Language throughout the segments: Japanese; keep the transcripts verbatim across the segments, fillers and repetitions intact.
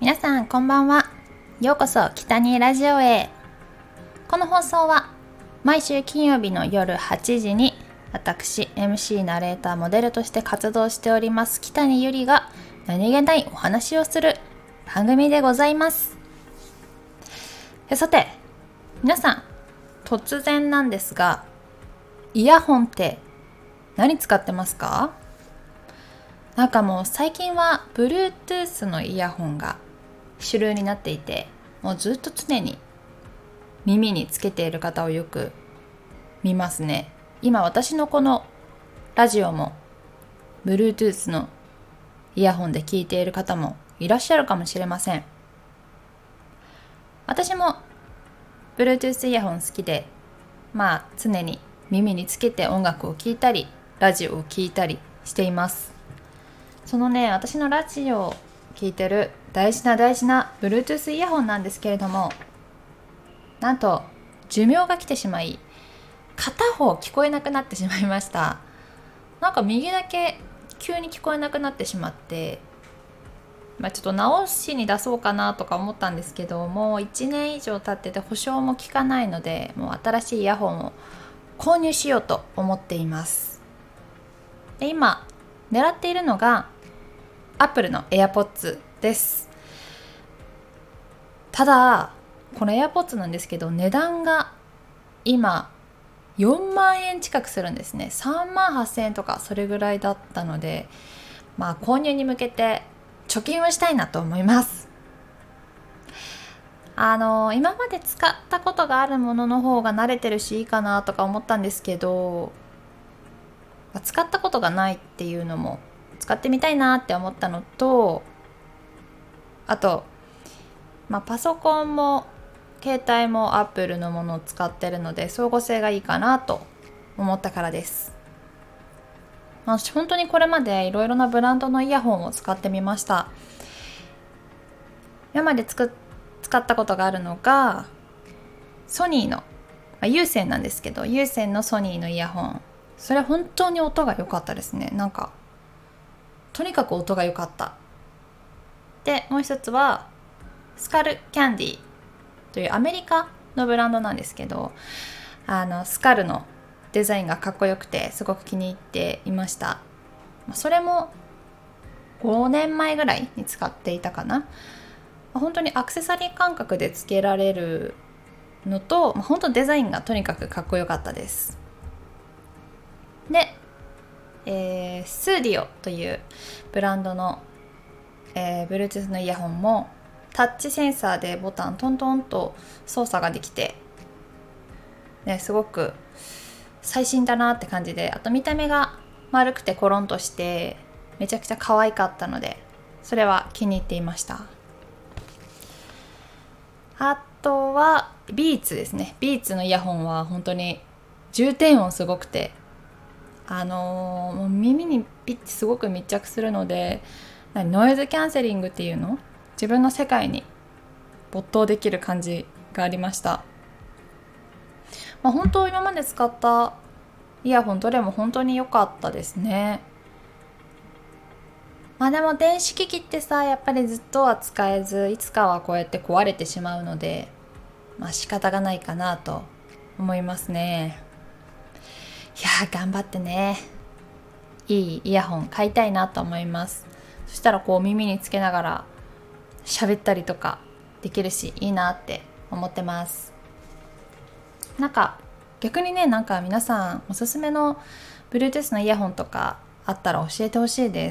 皆さんこんばんは。ようこそ北にラジオへ。この放送は毎週金曜日の夜はちじに私 エムシー ナレーターモデルとして活動しております北にゆりが何気ないお話をする番組でございます。さて皆さん、突然なんですが、イヤホンって何使ってますか？なんかもう最近は Bluetooth のイヤホンが主流になっていて、もうずっと常に耳につけている方をよく見ますね。今私のこのラジオも Bluetooth のイヤホンで聞いている方もいらっしゃるかもしれません。私も Bluetooth イヤホン好きで、まあ常に耳につけて音楽を聴いたりラジオを聴いたりしています。そのね、私のラジオを聴いてる大事な大事な Bluetooth イヤホンなんですけれども、なんと寿命が来てしまい、片方聞こえなくなってしまいました。なんか右だけ急に聞こえなくなってしまって、まあ、ちょっと直しに出そうかなとか思ったんですけど、もういちねん以上経ってて保証も効かないので、もう新しいイヤホンを購入しようと思っています。で、今狙っているのがApple の AirPods です。ただこの AirPods なんですけど、値段が今よんまんえん近くするんですね。さんまんはっせんえんとかそれぐらいだったので、まあ購入に向けて貯金をしたいなと思います。あの今まで使ったことがあるものの方が慣れてるしいいかなとか思ったんですけど、使ったことがないっていうのも使ってみたいなって思ったのと、あと、まあ、パソコンも携帯も Apple のものを使ってるので相互性がいいかなと思ったからです。まあ、本当にこれまでいろいろなブランドのイヤホンを使ってみました。今までつく使ったことがあるのがソニーの、まあ、有線なんですけど、有線のソニーのイヤホン、それ本当に音が良かったですね。なんかとにかく音が良かった。で、もう一つはスカルキャンディというアメリカのブランドなんですけど、あのスカルのデザインがかっこよくてすごく気に入っていました。それもごねんまえぐらいに使っていたかな。本当にアクセサリー感覚でつけられるのと、本当デザインがとにかくかっこよかったです。で、えー、スーディオというブランドの、えー、Bluetooth のイヤホンもタッチセンサーでボタントントンと操作ができて、ね、すごく最新だなって感じで、あと見た目が丸くてコロンとしてめちゃくちゃ可愛かったので、それは気に入っていました。あとはビーツですね。ビーツのイヤホンは本当に重低音すごくて、あのー、耳にピッてすごく密着するので、ノイズキャンセリングっていうの、自分の世界に没頭できる感じがありました。まあ、本当今まで使ったイヤホンどれも本当に良かったですね。まあでも電子機器ってさ、やっぱりずっとは使えず、いつかはこうやって壊れてしまうので、まあ仕方がないかなと思いますね。いやー、頑張ってね、いいイヤホン買いたいなと思います。そしたらこう耳につけながら喋ったりとかできるし、いいなって思ってます。なんか逆にね、なんか皆さんおすすめの Bluetooth のイヤホンとかあったら教えてほしいです。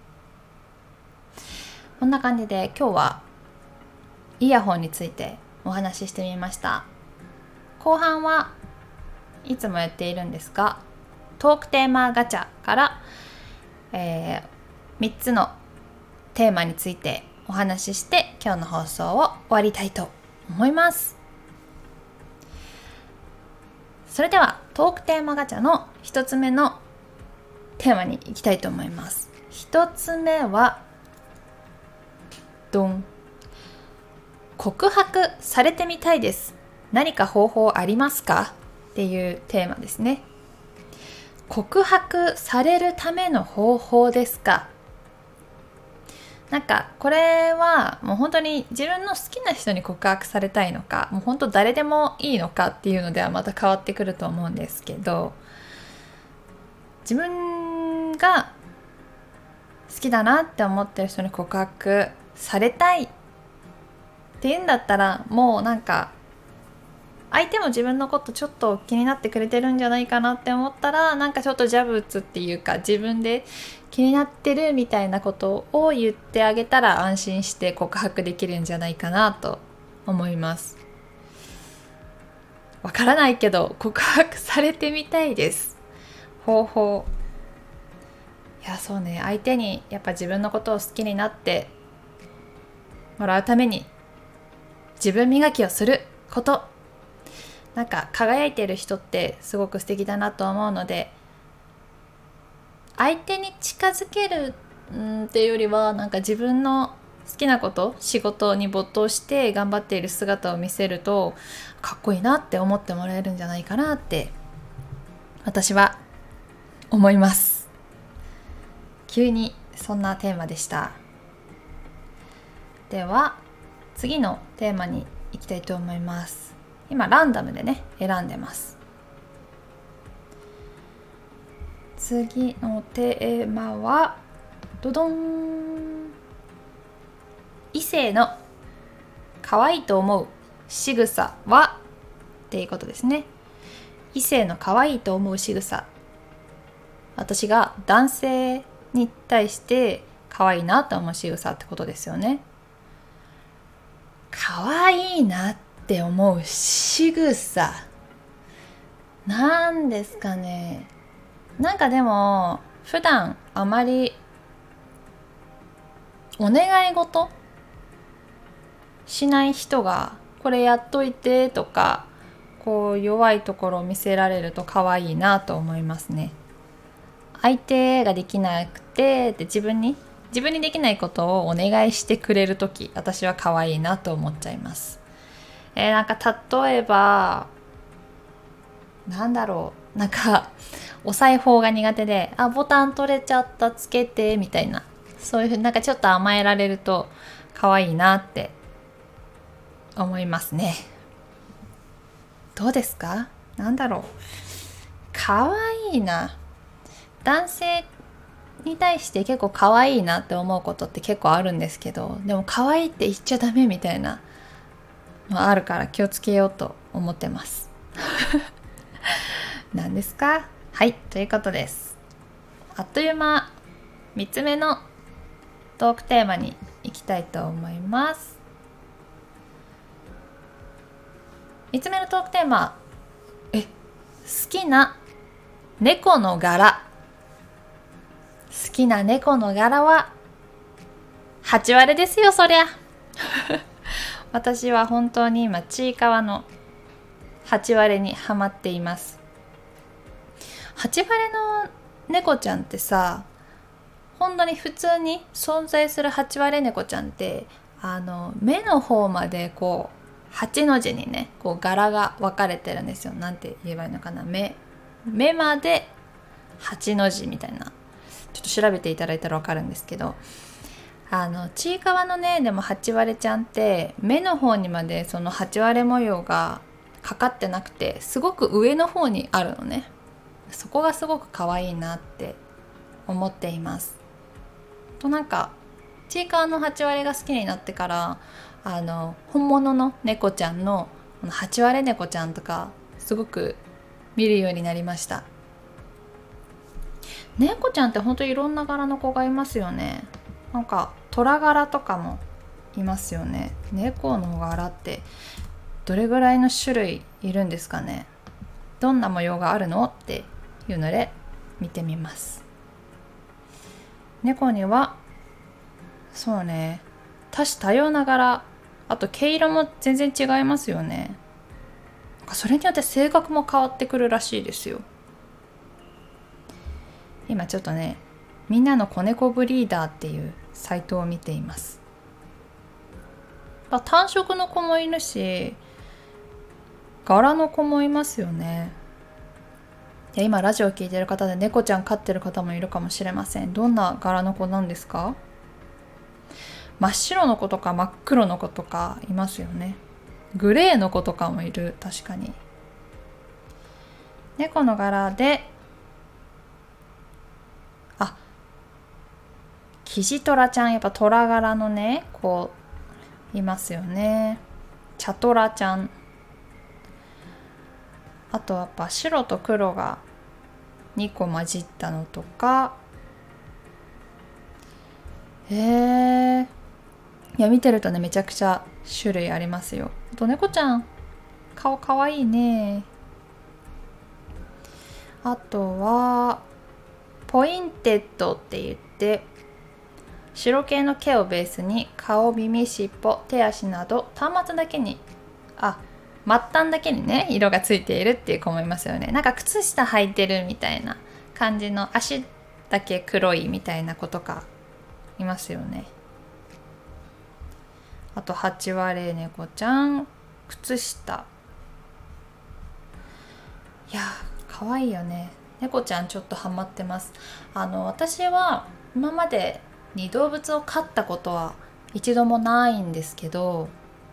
こんな感じで今日はイヤホンについてお話ししてみました。後半はいつもやっているんですが、トークテーマガチャから、えー、みっつのテーマについてお話しして今日の放送を終わりたいと思います。それではトークテーマガチャのひとつめのテーマに行きたいと思います。ひとつめはドン、告白されてみたいです、何か方法ありますかっていうテーマですね。告白されるための方法ですか。 なんかこれはもう本当に自分の好きな人に告白されたいのか、もう本当誰でもいいのかっていうのではまた変わってくると思うんですけど、自分が好きだなって思ってる人に告白されたいっていうんだったら、もうなんか相手も自分のことちょっと気になってくれてるんじゃないかなって思ったら、なんかちょっとジャブ打つっていうか、自分で気になってるみたいなことを言ってあげたら安心して告白できるんじゃないかなと思います。わからないけど告白されてみたいです。方法、いやそうね、相手にやっぱ自分のことを好きになってもらうために自分磨きをすること、なんか輝いてる人ってすごく素敵だなと思うので、相手に近づけるんっていうよりは、なんか自分の好きなこと、仕事に没頭して頑張っている姿を見せるとかっこいいなって思ってもらえるんじゃないかなって私は思います。急にそんなテーマでした。では次のテーマに行きたいと思います。今ランダムでね選んでます。次のテーマはドドン、異性の可愛いと思う仕草はっていうことですね。異性の可愛いと思う仕草、私が男性に対して可愛いなと思う仕草ってことですよね。可愛いなって思う仕草なんですかね。なんかでも普段あまりお願い事しない人がこれやっといてとか、こう弱いところを見せられると可愛いなと思いますね。相手ができなくてで自分に自分にできないことをお願いしてくれるとき、私は可愛いなと思っちゃいます。えー、なんか例えばなんだろう、なんかお裁縫が苦手で、あボタン取れちゃったつけてみたいな、そういうふうになんかちょっと甘えられると可愛いなって思いますね。どうですか？なんだろう、可愛いな、男性に対して結構可愛いなって思うことって結構あるんですけど、でも可愛いって言っちゃダメみたいなのあるから気をつけようと思ってます何ですか？はい、ということです。あっという間みっつめのトークテーマに行きたいと思います。みっつめのトークテーマ、え好きな猫の柄。好きな猫の柄はハチワレですよ、そりゃ私は本当に今ちいかわのハチワレにハマっています。ハチワレの猫ちゃんってさ、本当に普通に存在するハチワレ猫ちゃんってあの目の方までこうはちの字にねこう柄が分かれてるんですよ。なんて言えばいいのかな、目目まではちの字みたいな、ちょっと調べていただいたら分かるんですけど、あのちいかわのねでもハチワレちゃんって目の方にまでそのハチワレ模様がかかってなくて、すごく上の方にあるのね。そこがすごく可愛いなって思っています。となんかちいかわのハチワレが好きになってから、あの本物の猫ちゃんのハチワレ猫ちゃんとかすごく見るようになりました。猫ちゃんってほんといろんな柄の子がいますよね。なんか虎柄とかもいますよね。猫の柄ってどれぐらいの種類いるんですかね。どんな模様があるのっていうので見てみます。猫にはそうね、多種多様な柄、あと毛色も全然違いますよね。それによって性格も変わってくるらしいですよ。今ちょっとね、みんなの子猫ブリーダーっていうサイトを見ています。単色の子もいるし柄の子もいますよね。いや今ラジオ聞いてる方で猫ちゃん飼ってる方もいるかもしれません。どんな柄の子なんですか？ 真っ白の子とか真っ黒の子とかいますよね。グレーの子とかもいる。確かに猫の柄で、あ、キジトラちゃん、やっぱトラ柄のねこういますよね。チャトラちゃん、あとはやっぱ白と黒がにこ混じったのとか、へえ、いや見てるとねめちゃくちゃ種類ありますよ。あと猫ちゃん顔かわいいね。あとはポインテッドって言って白系の毛をベースに顔、耳、尻尾、手足など端末だけに、あ、末端だけにね色がついているっていう子もいますよね。なんか靴下履いてるみたいな感じの、足だけ黒いみたいな子とかいますよね。あとハチワレ猫ちゃん、靴下、いやーかわいいよね。猫ちゃんちょっとハマってます。あの私は今までに動物を飼ったことは一度もないんですけど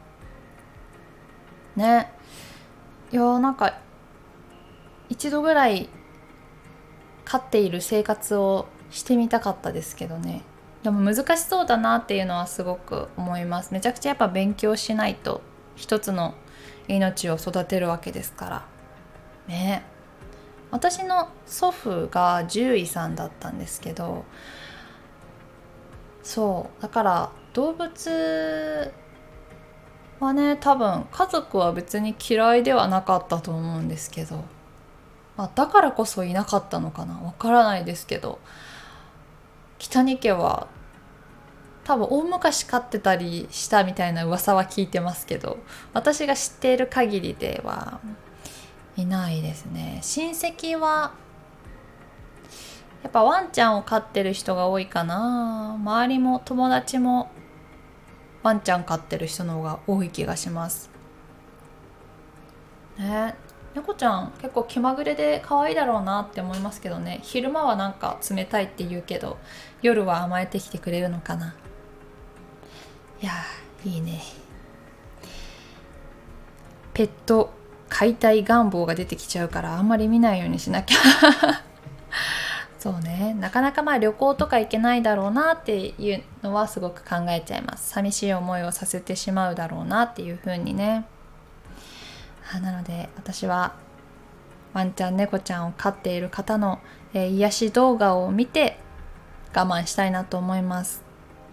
ね、いやーなんか一度ぐらい飼っている生活をしてみたかったですけどね。でも難しそうだなっていうのはすごく思います。めちゃくちゃやっぱ勉強しないと一つの命を育てるわけですからね。私の祖父が獣医さんだったんですけど、そうだから動物はね多分家族は別に嫌いではなかったと思うんですけど、まあ、だからこそいなかったのかな、わからないですけど、北に家は多分大昔飼ってたりしたみたいな噂は聞いてますけど、私が知っている限りではいないですね。親戚はやっぱワンちゃんを飼ってる人が多いかな。周りも友達もワンちゃん飼ってる人の方が多い気がしますね。猫ちゃん結構気まぐれで可愛いだろうなって思いますけどね。昼間はなんか冷たいって言うけど夜は甘えてきてくれるのかな。いやーいいね。ペット飼いたい願望が出てきちゃうからあんまり見ないようにしなきゃそうね、なかなかまあ旅行とか行けないだろうなっていうのはすごく考えちゃいます。寂しい思いをさせてしまうだろうなっていう風にね。なので私はワンちゃん猫ちゃんを飼っている方の、えー、癒し動画を見て我慢したいなと思います。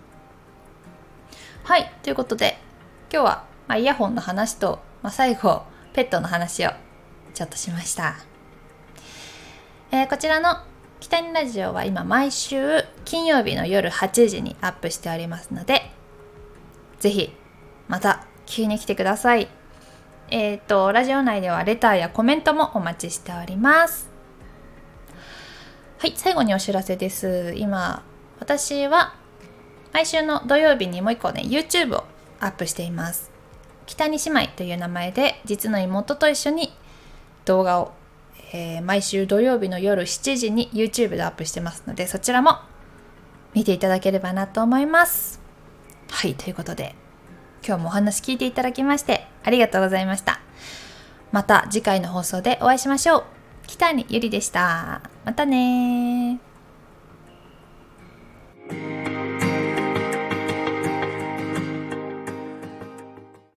はい、ということで今日は、まあ、イヤホンの話と、まあ、最後ペットの話をちょっとしました。えー、こちらの北にラジオは今毎週金曜日の夜はちじにアップしておりますので、ぜひまた聞きに来てください。えっとラジオ内ではレターやコメントもお待ちしております。はい、最後にお知らせです。今私は毎週の土曜日にもう一個ね YouTube をアップしています。北に姉妹という名前で実の妹と一緒に動画をえー、毎週土曜日の夜しちじに YouTube でアップしてますので、そちらも見ていただければなと思います。はい、ということで今日もお話聞いていただきましてありがとうございました。また次回の放送でお会いしましょう。北にゆりでした。またね。